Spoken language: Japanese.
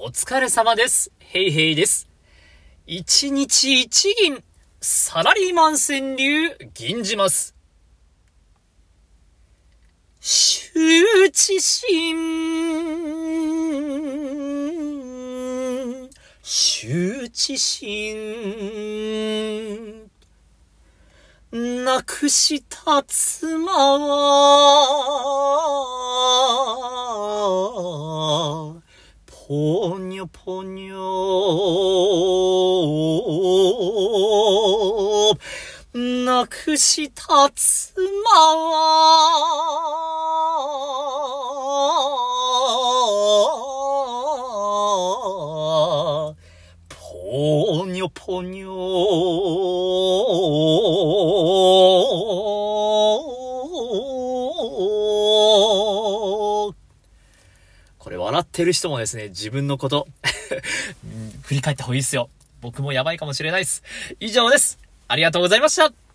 お疲れ様です。ヘイヘイです。一日一銀、サラリーマン川柳、銀じます。羞恥心、羞恥心、亡くした妻は、ぽにょぽにょ、亡くした妻は、ぽにょぽにょ。これ笑ってる人もですね、自分のこと振り返った方がいいですよ。僕もやばいかもしれないです。以上です。ありがとうございました。